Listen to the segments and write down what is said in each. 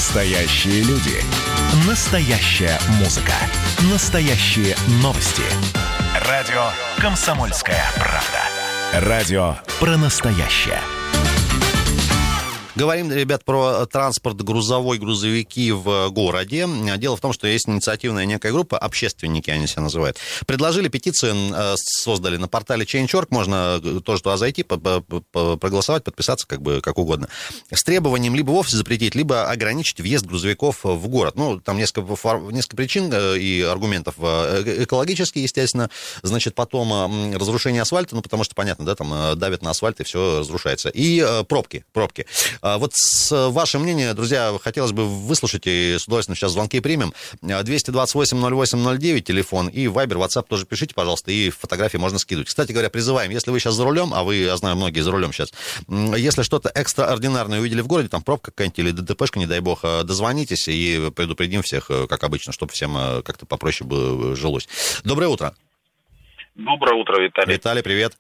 Настоящие люди. Настоящая музыка. Настоящие новости. Радио «Комсомольская правда». Радио про настоящее. Говорим, ребят, про транспорт грузовой, грузовики в городе. Дело в том, что есть инициативная некая группа, общественники они себя называют. Предложили петицию, создали на портале Change.org, можно тоже туда зайти, проголосовать, подписаться как угодно. С требованием либо вовсе запретить, либо ограничить въезд грузовиков в город. Ну, там несколько причин и аргументов. Экологически, естественно, значит, потом разрушение асфальта, ну, потому что, понятно, да, там давят на асфальт и все разрушается. И пробки. Вот ваше мнение, друзья, хотелось бы выслушать, и с удовольствием сейчас звонки примем. 228-08-09 телефон, и Viber, WhatsApp тоже пишите, пожалуйста, и фотографии можно скидывать. Кстати говоря, призываем, если вы сейчас за рулем, а вы, я знаю, многие за рулем сейчас, если что-то экстраординарное увидели в городе, там пробка какая-нибудь или ДТПшка, не дай бог, дозвонитесь и предупредим всех, как обычно, чтобы всем как-то попроще было жилось. Доброе утро. Доброе утро, Виталий. Виталий, привет.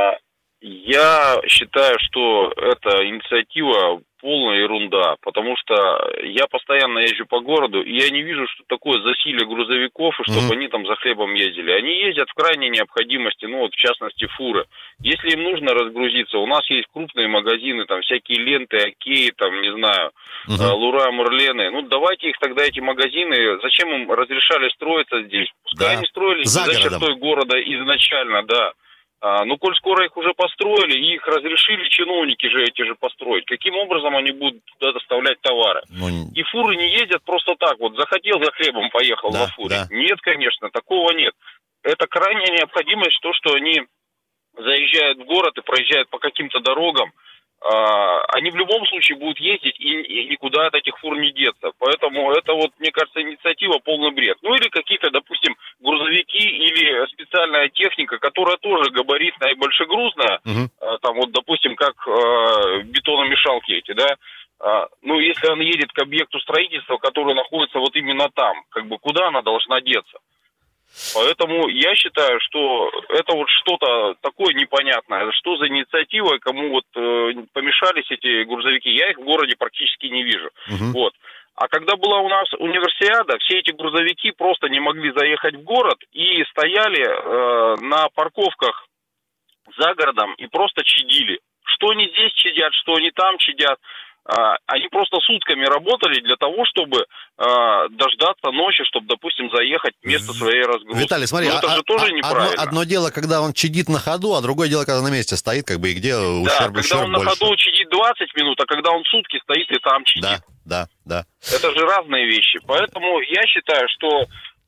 Я считаю, что эта инициатива полная ерунда, потому что я постоянно езжу по городу, и я не вижу, что такое засилие грузовиков, и чтобы они там за хлебом ездили. Они ездят в крайней необходимости, ну вот в частности фуры. Если им нужно разгрузиться, у нас есть крупные магазины, там всякие ленты, Окей, там, не знаю, Лура, Мурлены. Ну давайте их тогда, эти магазины, зачем им разрешали строиться здесь? Пускай они строились за чертой города изначально, да. Ну, коль скоро их уже построили, и их разрешили чиновники же эти же построить, каким образом они будут туда доставлять товары? И фуры не ездят просто так, вот захотел за хлебом, поехал во фуре. Нет, конечно, такого нет. Это крайняя необходимость, то, что они заезжают в город и проезжают по каким-то дорогам, они в любом случае будут ездить, и никуда от этих фур не деться. Поэтому это вот, мне кажется, инициатива полный бред. Ну или какие-то, допустим, грузовики или специальная техника, которая тоже габаритная и большегрузная, там вот, допустим, как бетономешалки эти, да, ну если она едет к объекту строительства, который находится вот именно там, как бы куда она должна деться? Поэтому я считаю, что это вот что-то такое непонятное. Что за инициатива, кому вот помешались эти грузовики, я их в городе практически не вижу. Вот. А когда была у нас универсиада, все эти грузовики просто не могли заехать в город и стояли на парковках за городом и просто чадили. Что они здесь чадят, что они там чадят. Они просто сутками работали для того, чтобы дождаться ночи, чтобы, допустим, заехать в место своей разгрузки. Виталий, смотри, это же тоже неправильно. Одно дело, когда он чадит на ходу, а другое дело, когда на месте стоит, как бы, и где ущерб больше. Да, когда он на ходу чадит 20 минут, а когда он сутки стоит и там чадит. Да. Это же разные вещи. Поэтому я считаю, что,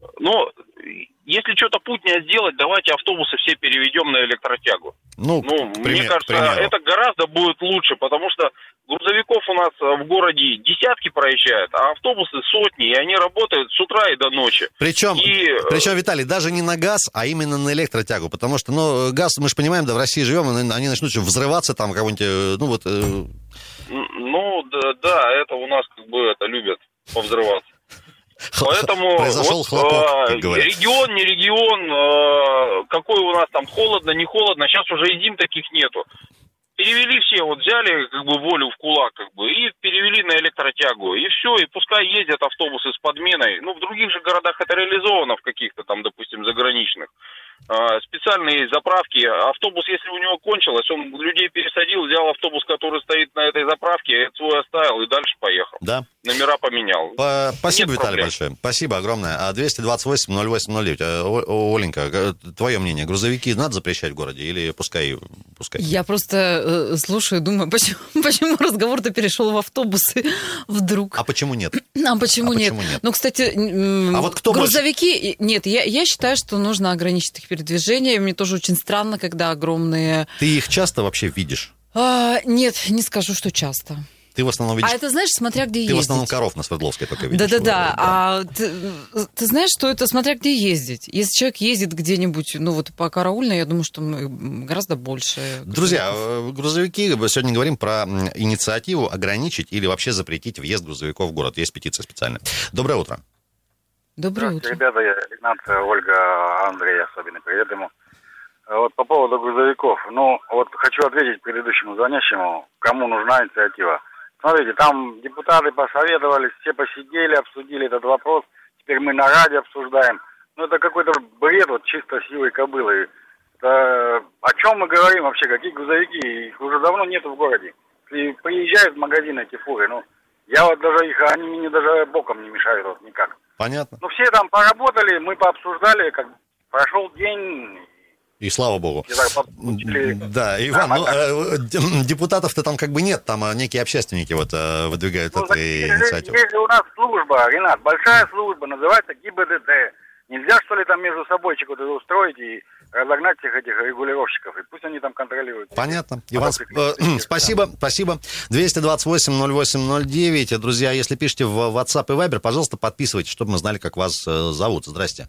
если что-то путнее сделать, давайте автобусы все переведем на электротягу. Мне кажется, это гораздо будет лучше, потому что грузовиков у нас в городе десятки проезжают, а автобусы сотни, и они работают с утра и до ночи. Причем, Виталий, даже не на газ, а именно на электротягу, потому что, газ, мы же понимаем, да, в России живем, они начнут взрываться там, какой-нибудь, да, это у нас это любят повзрываться. Поэтому произошел хлопок, как говорят. Регион, не регион, какой у нас там холодно, не холодно, сейчас уже и зим таких нету. Перевели все, взяли волю в кулак, и перевели на электротягу, и все, и пускай ездят автобусы с подменой. В других же городах это реализовано, в каких-то там, допустим, заграничных. Специальные заправки, автобус, если у него кончилось, он людей пересадил, взял автобус, который стоит на этой заправке, свой оставил и дальше поехал. Да. Номера поменял. Спасибо, Виталий, большое. Спасибо огромное. 228-08-09. Оленька, твое мнение, грузовики надо запрещать в городе или пускай? Я просто слушаю и думаю, почему разговор-то перешел в автобусы вдруг? А почему нет? Почему нет? Ну, кстати, грузовики... Нет, я считаю, что нужно ограничить их передвижение. Мне тоже очень странно, когда огромные... Ты их часто вообще видишь? Нет, не скажу, что часто. Ты в основном видишь... А это, знаешь, смотря где ездить. Ты в основном коров на Свердловской только видишь. Да. А ты знаешь, что это смотря где ездить. Если человек ездит где-нибудь, по Караульной, я думаю, что гораздо больше. Друзья, грузовики, сегодня говорим про инициативу ограничить или вообще запретить въезд грузовиков в город. Есть петиция специальная. Доброе утро. Доброе утро. Ребята, я Игнат, Ольга, Андрей, особенно привет ему. По поводу грузовиков. Хочу ответить предыдущему звонящему, кому нужна инициатива. Смотрите, там депутаты посоветовались, все посидели, обсудили этот вопрос. Теперь мы на радио обсуждаем. Ну, это какой-то бред, вот чисто силой кобылы. Это... О чем мы говорим вообще? Какие грузовики? Их уже давно нету в городе. Если приезжают в магазин эти фуры, ну, я вот даже их, они мне даже боком не мешают вот никак. Понятно. Ну, все там поработали, мы пообсуждали, как прошел день... И слава богу. Да, Иван, депутатов-то там как бы нет, там некие общественники вот выдвигают эту инициативу. Есть у нас служба, Ренат, большая служба, называется ГИБДД. Нельзя, что ли, там между собой чего-то устроить и разогнать всех этих регулировщиков, и пусть они там контролируют. Понятно. Иван, спасибо. 228-08-09. Друзья, если пишете в WhatsApp и Viber, пожалуйста, подписывайтесь, чтобы мы знали, как вас зовут. Здрасте.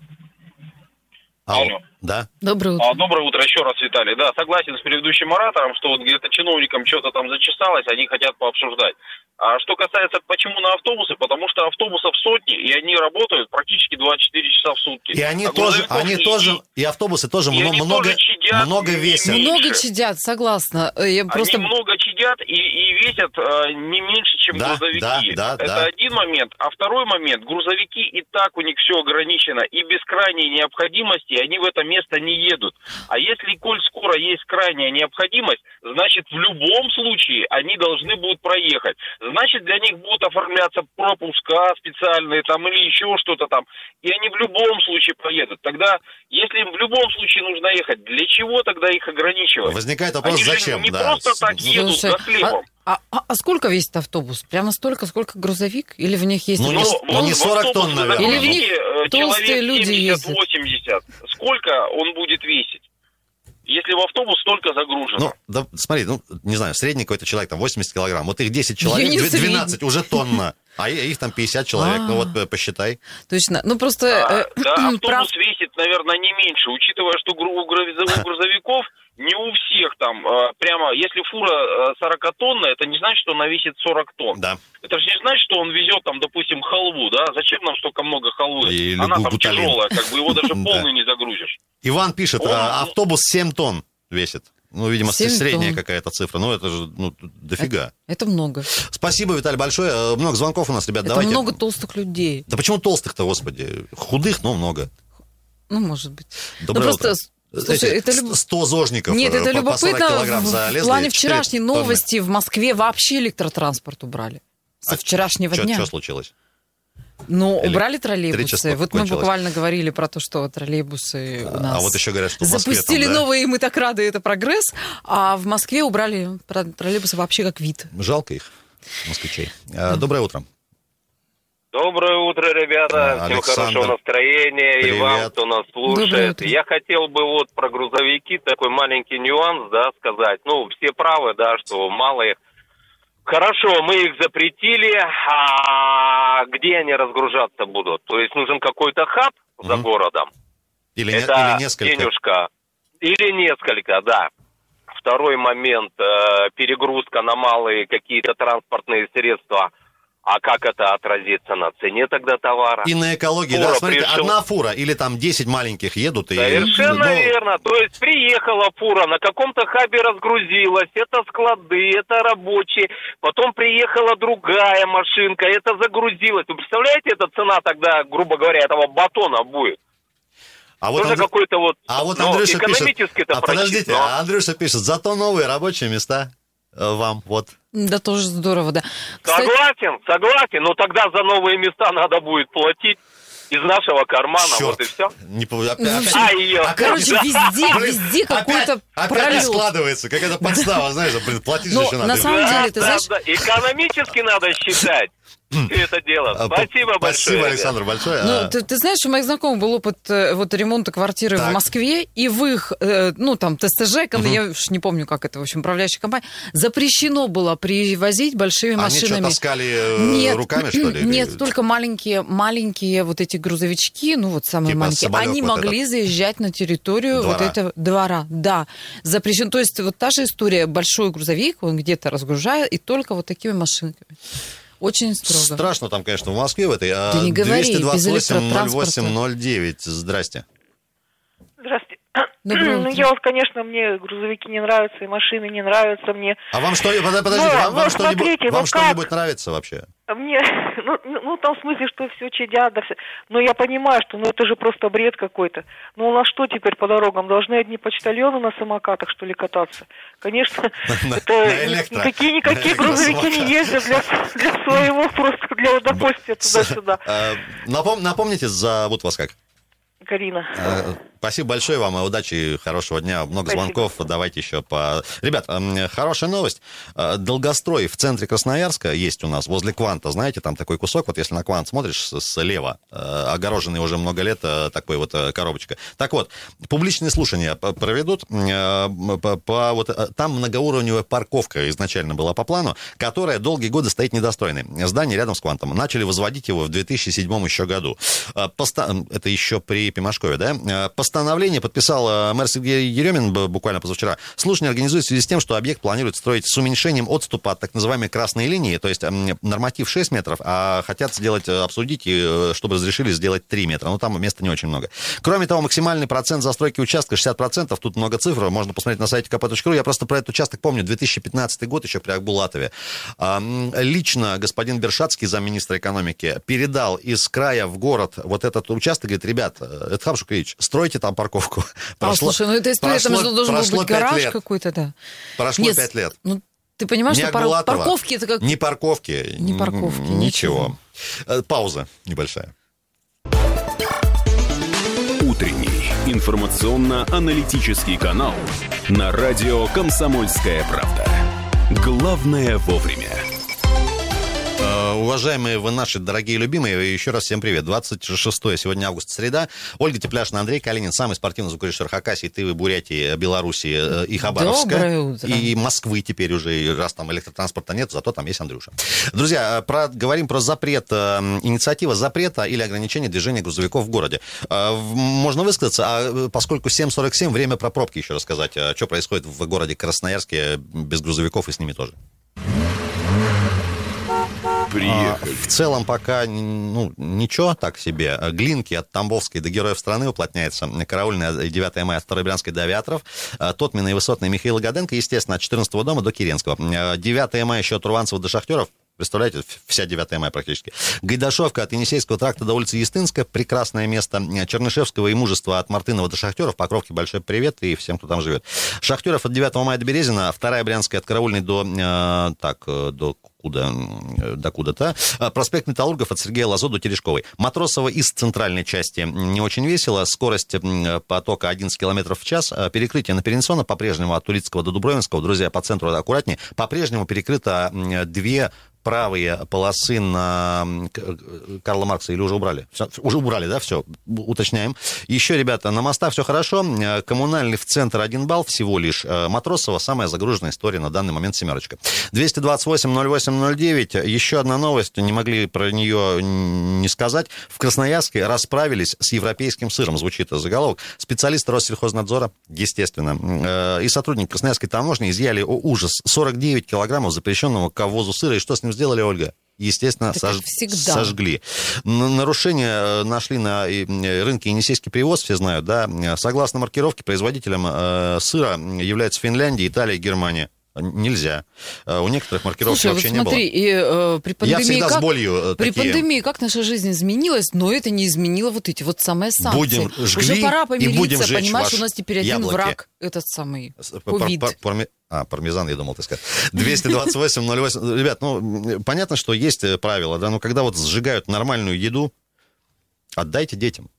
Алло. Да. Доброе утро. Доброе утро еще раз, Виталий. Да, согласен с предыдущим оратором, что вот где-то чиновникам что-то там зачесалось, они хотят пообсуждать. А что касается, почему на автобусы, потому что автобусов сотни, и они работают практически 24 часа в сутки. И они тоже, и автобусы тоже много весят. Много чадят, согласна. Они много чадят и весят не меньше, чем грузовики. Это один момент. А второй момент, грузовики и так у них все ограничено, и без крайней необходимости они в это место не едут. А если, коль скоро есть крайняя необходимость, значит, в любом случае они должны будут проехать. Значит, для них будут оформляться пропуска специальные там или еще что-то там. И они в любом случае поедут. Тогда, если им в любом случае нужно ехать, для чего тогда их ограничивать? Возникает вопрос, они зачем? Не просто так едут за хлебом. А сколько весит автобус? Прямо столько, сколько грузовик? Или в них есть... не 40 тонн, наверное. Или в них толстые люди ездят? 80. Сколько он будет весить? Если в автобус столько загружено. Смотри, не знаю, средний какой-то человек, там, 80 килограмм. Вот их 10 человек, 12 уже тонна. А их там 50 человек, посчитай. Точно, просто... автобус весит, наверное, не меньше, учитывая, что у грузовиков не у всех там, прямо, если фура 40-тонная, это не значит, что она весит 40 тонн. Да. Это же не значит, что он везет там, допустим, халву, да? Зачем нам столько много халвы? Она там тяжелая, как бы его даже полный не загрузишь. Иван пишет, автобус 7 тонн весит. Видимо, средняя какая-то цифра. Это же, дофига. Это много. Спасибо, Виталий, большое. Много звонков у нас, ребят. Это много толстых людей. Да почему толстых-то, господи? Худых, но много. Может быть. Доброе утро. Слушай, это 100 зожников. Нет, это по любопытно. Залезли, в плане вчерашней новости в Москве вообще электротранспорт убрали. Со вчерашнего дня. Что случилось? Убрали троллейбусы. Вот мы буквально говорили про то, что троллейбусы у нас вот еще говорят, что в Москве запустили новые, и мы так рады, это прогресс. А в Москве убрали троллейбусы вообще как вид. Жалко их, москвичей. Доброе утро. Доброе утро, ребята. Всем хорошего настроения. Привет. И вам, кто нас слушает. Я хотел бы про грузовики такой маленький нюанс, сказать. Все правы, что мало их. Хорошо, мы их запретили, а где они разгружаться будут? То есть нужен какой-то хаб за городом? Или несколько? Денежка. Или несколько, да. Второй момент, перегрузка на малые какие-то транспортные средства. А как это отразится на цене тогда товара? И на экологии, фура, смотрите, одна фура или там 10 маленьких едут. Совершенно верно. То есть приехала фура, на каком-то хабе разгрузилась, это склады, это рабочие. Потом приехала другая машинка, это загрузилась. Вы представляете, эта цена тогда, грубо говоря, этого батона будет? Тоже какой-то Андрюша экономически-то пишет, подождите, Андрюша пишет, зато новые рабочие места вам, Да, тоже здорово, да. Согласен, но тогда за новые места надо будет платить из нашего кармана, Черт. И все. Короче, везде какой-то пролет. Опять складывается, какая-то подстава, знаешь, платить же еще надо. На самом деле, ты знаешь... Экономически надо считать все это дело. Спасибо большое. Спасибо, Александр, большое. Ты знаешь, у моих знакомых был опыт ремонта квартиры в Москве, и в их, ТСЖ, я уж не помню, как это, в общем, управляющая компания, запрещено было привозить большими машинами. Они что, таскали руками, что ли? Нет, только маленькие вот эти грузовички, самые маленькие, они могли заезжать на территорию этого двора. Да, запрещено. То есть вот та же история, большой грузовик, он где-то разгружает, и только вот такими машинками. Очень строго. Страшно там, конечно, в Москве в этой. Да не говори, 228-08-09. Здрасте. Здравствуйте. Я вот, конечно, мне грузовики не нравятся, и машины не нравятся мне. А вам что, подождите, вам что-нибудь нравится вообще? Мне, там в смысле, что все чадят, да все. Но я понимаю, что это же просто бред какой-то. У нас что теперь по дорогам? Должны одни почтальоны на самокатах, что ли, кататься? Конечно, никакие грузовики не ездят для своего, просто для удовольствия туда-сюда. Напомните, зовут вас как? Карина. Спасибо большое вам, удачи, хорошего дня, много звонков, давайте еще Ребят, хорошая новость. Долгострой в центре Красноярска есть у нас, возле Кванта, знаете, там такой кусок, вот если на Квант смотришь слева, огороженный уже много лет, такой вот коробочка. Так вот, публичные слушания проведут, там многоуровневая парковка изначально была по плану, которая долгие годы стоит недостроенной. Здание рядом с Квантом. Начали возводить его в 2007 еще году. Это еще при Пимашкове, да? Постановление подписал мэр Сергей Еремин буквально позавчера. Слушание организуется в связи с тем, что объект планируют строить с уменьшением отступа от так называемой красной линии, то есть норматив 6 метров, а хотят обсудить, чтобы разрешили сделать 3 метра. Там места не очень много. Кроме того, максимальный процент застройки участка 60%, тут много цифр, можно посмотреть на сайте kp.ru. Я просто про этот участок помню, 2015 год еще при Акбулатове. Лично господин Бершацкий, замминистра экономики, передал из края в город вот этот участок, говорит, ребят, Эдхам Шукревич, стройте там парковку. Слушай, эта история, там же должен был быть гараж какой-то, да. Прошло 5 лет. Ты понимаешь, что парковки это как... Ни парковки, ничего. Пауза небольшая. Утренний информационно-аналитический канал на радио «Комсомольская правда». Главное вовремя. Уважаемые вы наши дорогие любимые, еще раз всем привет. 26 сегодня августа, среда. Ольга Тепляшина, Андрей Калинин, самый спортивный звукорежиссер Хакасии, Тывы, Бурятии, Белоруссии и Хабаровска. Доброе утро. И Москвы теперь уже, раз там электротранспорта нет, зато там есть Андрюша. Друзья, говорим про запрет, инициатива запрета или ограничения движения грузовиков в городе. Можно высказаться, а поскольку 7:47, время про пробки еще рассказать. Что происходит в городе Красноярске без грузовиков и с ними тоже. В целом пока ничего так себе. Глинки от Тамбовской до Героев страны уплотняется. Караульная 9 мая от Второй Брянской до Авиаторов. Тотмина и Высотная Михаила Годенко, естественно, от 14-го дома до Киренского. 9 мая еще от Урванцева до Шахтеров. Представляете, вся 9 мая практически. Гайдашовка от Енисейского тракта до улицы Естинска. Прекрасное место. Чернышевского и Мужества от Мартынова до Шахтеров. Покровки большой привет и всем, кто там живет. Шахтеров от 9 мая до Березина. 2 Брянская от Караульной до куда-то. Проспект Металлургов от Сергея Лазо до Терешковой. Матросова из центральной части не очень весело. Скорость потока 11 км в час. Перекрытие на Перенсона по-прежнему от Улицкого до Дубровинского. Друзья, по центру аккуратнее. По-прежнему перекрыто 2 правые полосы на Карла Маркса или уже убрали? Уже убрали, да, все, уточняем. Еще, ребята, на мостах все хорошо. Коммунальный в центр 1 балл всего лишь. Матросова самая загруженная история на данный момент 7. 228-08-09. Еще одна новость, не могли про нее не сказать. В Красноярске расправились с европейским сыром, звучит заголовок. Специалисты Россельхознадзора, естественно, и сотрудники Красноярской таможни изъяли, ужас, 49 килограммов запрещенного к ввозу сыра. И что с ним сделали, Ольга? Естественно, сожгли. Нарушения нашли на рынке Енисейский привоз, все знают, да. Согласно маркировке, производителем сыра являются Финляндия, Италия и Германия. Нельзя. У некоторых маркировок вообще не было. И при пандемии, я всегда с болью при пандемии как наша жизнь изменилась, но это не изменило вот эти вот самые санкции. Будем жгли. Уже пора помириться, и будем жечь, понимаешь, у нас теперь один яблоки. враг, этот самый ковид. Пармезан, я думал, ты сказал. 228-08. Ребят, понятно, что есть правила, да, но когда вот сжигают нормальную еду, отдайте детям.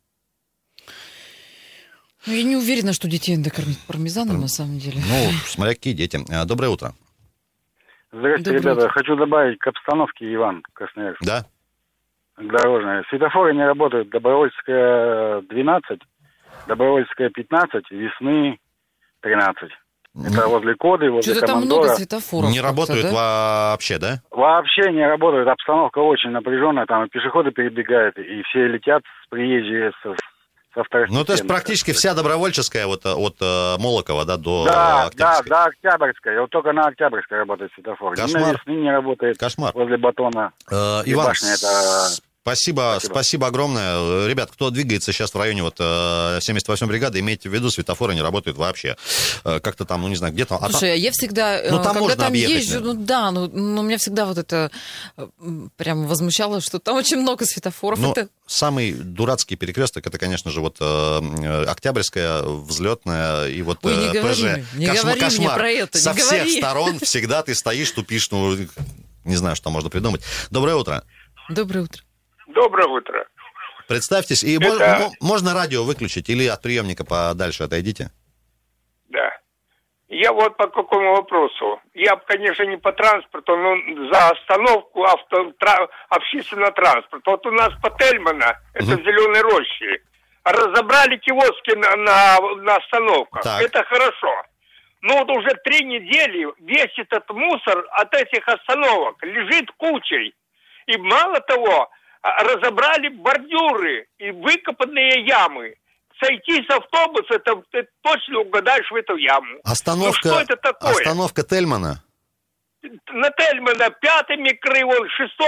Я не уверена, что детей надо кормить пармезаном, на самом деле. Смотря какие дети. Доброе утро. Здравствуйте, ребята. Хочу добавить к обстановке, Иван, Красноярск. Да. Дорожная. Светофоры не работают. Добровольская 12, Добровольская 15, Весны 13. Это возле Коды, возле Что-то Командора. Там много светофоров. Не работают, да? Вообще, да? Вообще не работают. Обстановка очень напряженная. Там и пешеходы перебегают, и все летят с приезжие со второстепенных. То есть практически вся Добровольческая от Молокова, да, до Да, Октябрьской. до Октябрьской. Вот только на Октябрьской работает светофор. Кошмар. На Весны не работает. Кошмар. Возле Батона. Иван, Башня, это Спасибо огромное. Ребят, кто двигается сейчас в районе 78-й бригады, имейте в виду, светофоры не работают вообще. Как-то там, не знаю, где-то... Слушай, я всегда, когда там езжу, но меня всегда вот это прям возмущало, что там очень много светофоров. Самый дурацкий перекресток, это, конечно же, Октябрьская, Взлетная и ПЖ. Не говори мне про это, Со всех сторон всегда ты стоишь, тупишь, не знаю, что можно придумать. Доброе утро. Доброе утро. Доброе утро. Представьтесь, и можно радио выключить или от приемника подальше отойдите? Да. Я по какому вопросу. Я, конечно, не по транспорту, но за остановку общественного транспорта. У нас по Тельмана, это в Зеленой Роще, разобрали киоски на остановках. Так. Это хорошо. Но уже 3 недели весь этот мусор от этих остановок лежит кучей. И мало того, разобрали бордюры и выкопанные ямы. Сойти с автобуса, ты точно угадаешь в эту яму. Что это такое? Остановка Тельмана. На Тельмана 5-й микрорайон,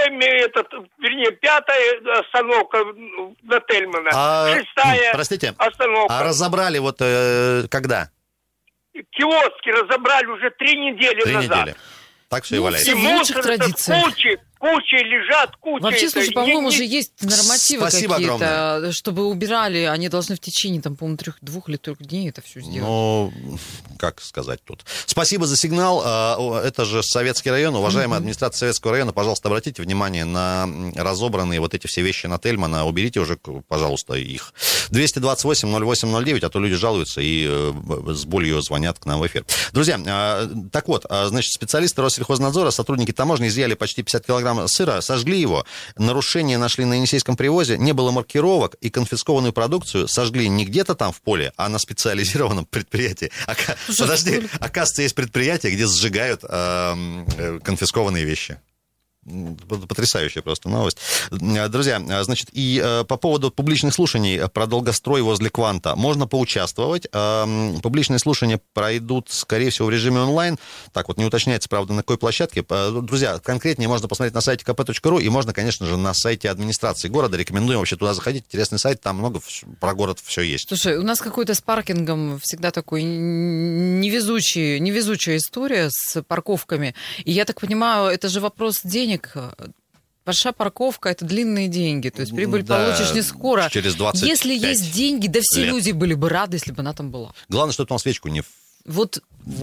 5-я остановка на Тельмана, 6-я остановка. А разобрали когда? Киоски разобрали уже 3 недели назад. 3 недели. Так все и валяется. И мусор кучей лежат, кучей. Вообще, слушай, по-моему, уже есть нормативы какие-то, огромное. Чтобы убирали, они должны в течение, по-моему, 2 или 3 дней это все сделать. Как сказать тут. Спасибо за сигнал. Это же Советский район. Уважаемая администрация Советского района, пожалуйста, обратите внимание на разобранные эти все вещи на Тельмана. Уберите уже, пожалуйста, их. 228-08-09, а то люди жалуются и с болью звонят к нам в эфир. Друзья, так вот, значит, специалисты Россельхознадзора, сотрудники таможни изъяли почти 50 килограмм сыра, сожгли его. Нарушения нашли на Енисейском привозе, не было маркировок, и конфискованную продукцию сожгли не где-то там в поле, а на специализированном предприятии. Подожди, оказывается, есть предприятия, где сжигают конфискованные вещи. Потрясающая просто новость. Друзья, значит, и по поводу публичных слушаний про долгострой возле Кванта можно поучаствовать. Публичные слушания пройдут, скорее всего, в режиме онлайн. Так не уточняется, правда, на какой площадке. Друзья, конкретнее можно посмотреть на сайте kp.ru и можно, конечно же, на сайте администрации города. Рекомендуем вообще туда заходить. Интересный сайт, там много про город все есть. Слушай, у нас какой-то с паркингом всегда такой невезучая история с парковками. И я так понимаю, это же вопрос денег. Большая парковка — это длинные деньги, то есть прибыль получишь не скоро. Через 25 Если есть деньги, все лет. люди были бы рады, если бы она там была. Главное, чтобы там свечку не... Вот.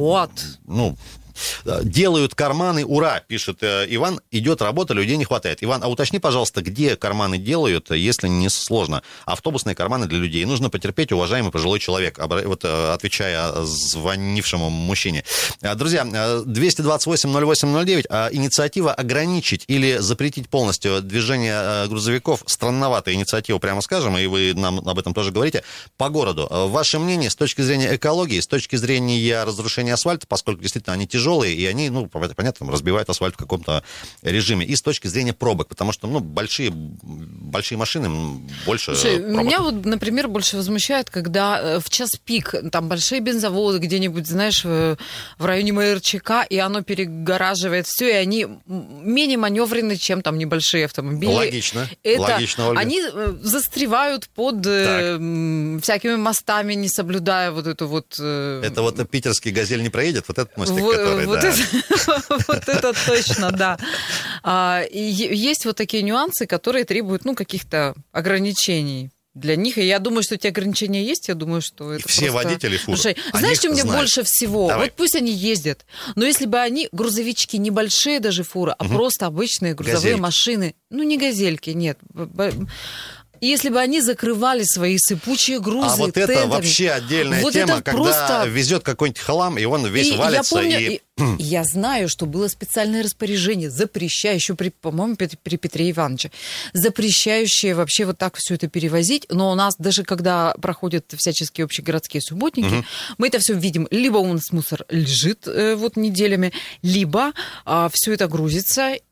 Делают карманы, ура, пишет Иван, идет работа, людей не хватает. Иван, а уточни, пожалуйста, где карманы делают, если не сложно? Автобусные карманы для людей. Нужно потерпеть, уважаемый пожилой человек, отвечая звонившему мужчине. Друзья, 228-08-09, инициатива ограничить или запретить полностью движение грузовиков. Странноватая инициатива, прямо скажем, и вы нам об этом тоже говорите. По городу. Ваше мнение с точки зрения экологии, с точки зрения разрушения асфальта, поскольку действительно они тяжелые, и они, понятно, разбивают асфальт в каком-то режиме. И с точки зрения пробок, потому что, большие машины, больше Слушай, пробок. Меня например, больше возмущает, когда в час пик, там большие бензовозы где-нибудь, знаешь, в районе МРЧК, и оно перегораживает все, и они менее маневренны, чем там небольшие автомобили. Логично, Ольга. Они застревают под всякими мостами, не соблюдая Это питерский «Газель» не проедет, этот мостик, который... Это точно, да. Есть такие нюансы, которые требуют, каких-то ограничений для них. И я думаю, что эти ограничения есть. Я думаю, что это все просто... водители фур. Знаешь, что мне больше всего? Давай. Пусть они ездят. Но если бы они, грузовички, небольшие даже фуры, а просто обычные грузовые машины, не газельки, нет. Если бы они закрывали свои сыпучие грузы тентами. Это вообще отдельная тема, когда везет какой-нибудь хлам, и он весь валится. Я знаю, что было специальное распоряжение, запрещающее, по-моему, при Петре Ивановиче, запрещающее вообще так все это перевозить. Но у нас даже когда проходят всяческие общегородские субботники, мы это все видим. Либо у нас мусор лежит неделями, либо все это грузится,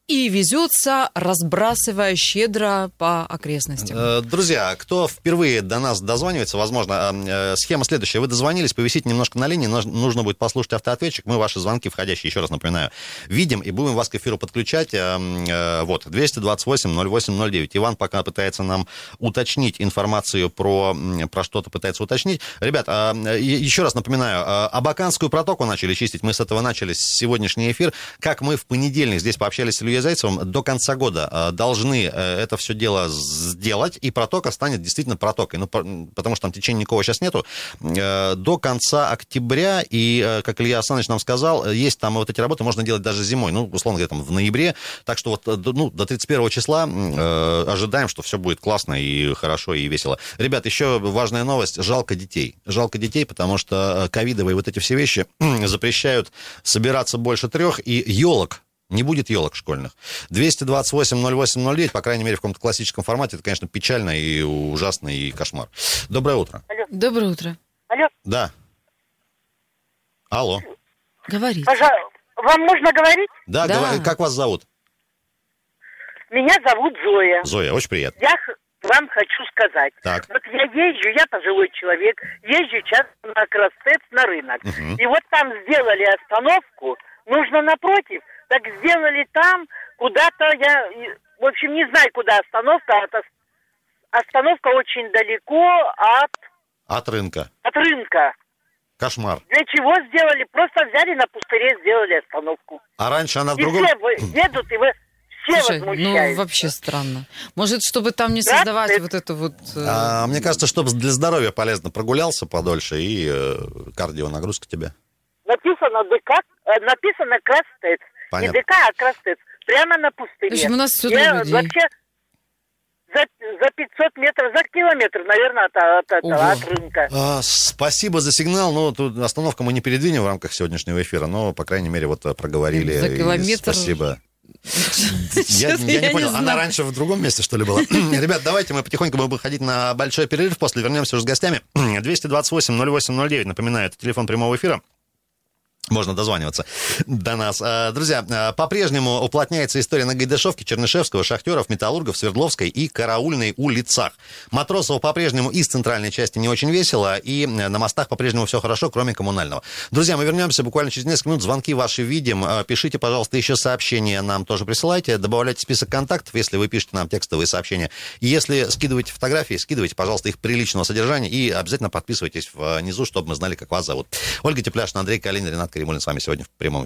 и везется, разбрасывая щедро по окрестностям. Друзья, кто впервые до нас дозванивается, возможно, схема следующая. Вы дозвонились, повисите немножко на линии, нужно будет послушать автоответчик. Мы ваши звонки входящие, еще раз напоминаю, видим и будем вас к эфиру подключать. Вот, 228-08-09. Иван пока пытается нам уточнить информацию про что-то, пытается уточнить. Ребят, еще раз напоминаю, Абаканскую протоку начали чистить. Мы с этого начали сегодняшний эфир. Как мы в понедельник здесь пообщались с Ильей Зайцевым, до конца года должны это все дело сделать, и протока станет действительно протокой. Ну, потому что там течения никакого сейчас нету. До конца октября, и, как Илья Александрович нам сказал, есть там вот эти работы можно делать даже зимой, ну, условно говоря, там, в ноябре. Так что вот до 31 числа ожидаем, что все будет классно и хорошо, и весело. Ребят, еще важная новость. Жалко детей. Жалко детей, потому что ковидовые вот эти все вещи запрещают собираться больше 3, и елок. Не будет елок школьных. 228-08-09, по крайней мере, в каком-то классическом формате. Это, конечно, печально и ужасно, и кошмар. Доброе утро. Алло. Доброе утро. Алло. Да. Алло. Говорите. Пожалуйста, вам можно говорить? Да, Да. Как вас зовут? Меня зовут Зоя. Зоя, очень приятно. Я вам хочу сказать. Так. Вот я езжу, я пожилой человек, езжу часто на Крастец, на рынок. Угу. И вот там сделали остановку, нужно напротив, так сделали там, куда-то, я, в общем, не знаю, куда остановка, остановка очень далеко От рынка. от рынка. Кошмар. Для чего сделали? Просто взяли на пустыре, сделали остановку. А раньше она в И другом... все едут, и вы все Слушай, возмущаются. ну вообще странно. Может, чтобы там не создавать вот это вот... мне кажется, чтобы для здоровья полезно прогулялся подольше, и кардионагрузка тебе. Написано ДК, написано Крастец. Понятно. Не ДК, а Крастец. Прямо на пустыре. В общем, у нас все Я для людей. вообще за 500 метров, за километр, наверное, от рынка. Спасибо за сигнал. Ну, тут остановку мы не передвинем в рамках сегодняшнего эфира, но, по крайней мере, вот проговорили. За километр. Спасибо. Я не понял, она раньше в другом месте, что ли, была? Ребят, давайте мы потихоньку будем выходить на большой перерыв, после вернемся уже с гостями. 228-08-09, напоминаю, это телефон прямого эфира. Можно дозваниваться до нас. Друзья, по-прежнему уплотняется история на Гайдашовке, Чернышевского, Шахтеров, Металлургов, Свердловской и Караульной улицах. Матросово по-прежнему из центральной части не очень весело, и на мостах по-прежнему все хорошо, кроме коммунального. Друзья, мы вернемся буквально через несколько минут. Звонки ваши видим. Пишите, пожалуйста, еще сообщения нам тоже присылайте. Добавляйте список контактов, если вы пишете нам текстовые сообщения. И если скидываете фотографии, скидывайте, пожалуйста, их приличного содержания и обязательно подписывайтесь внизу, чтобы мы знали, как вас зовут. Ольга Тепляшина, Андрей Калинин, Ренат Каримуллин с вами сегодня в прямом эфире.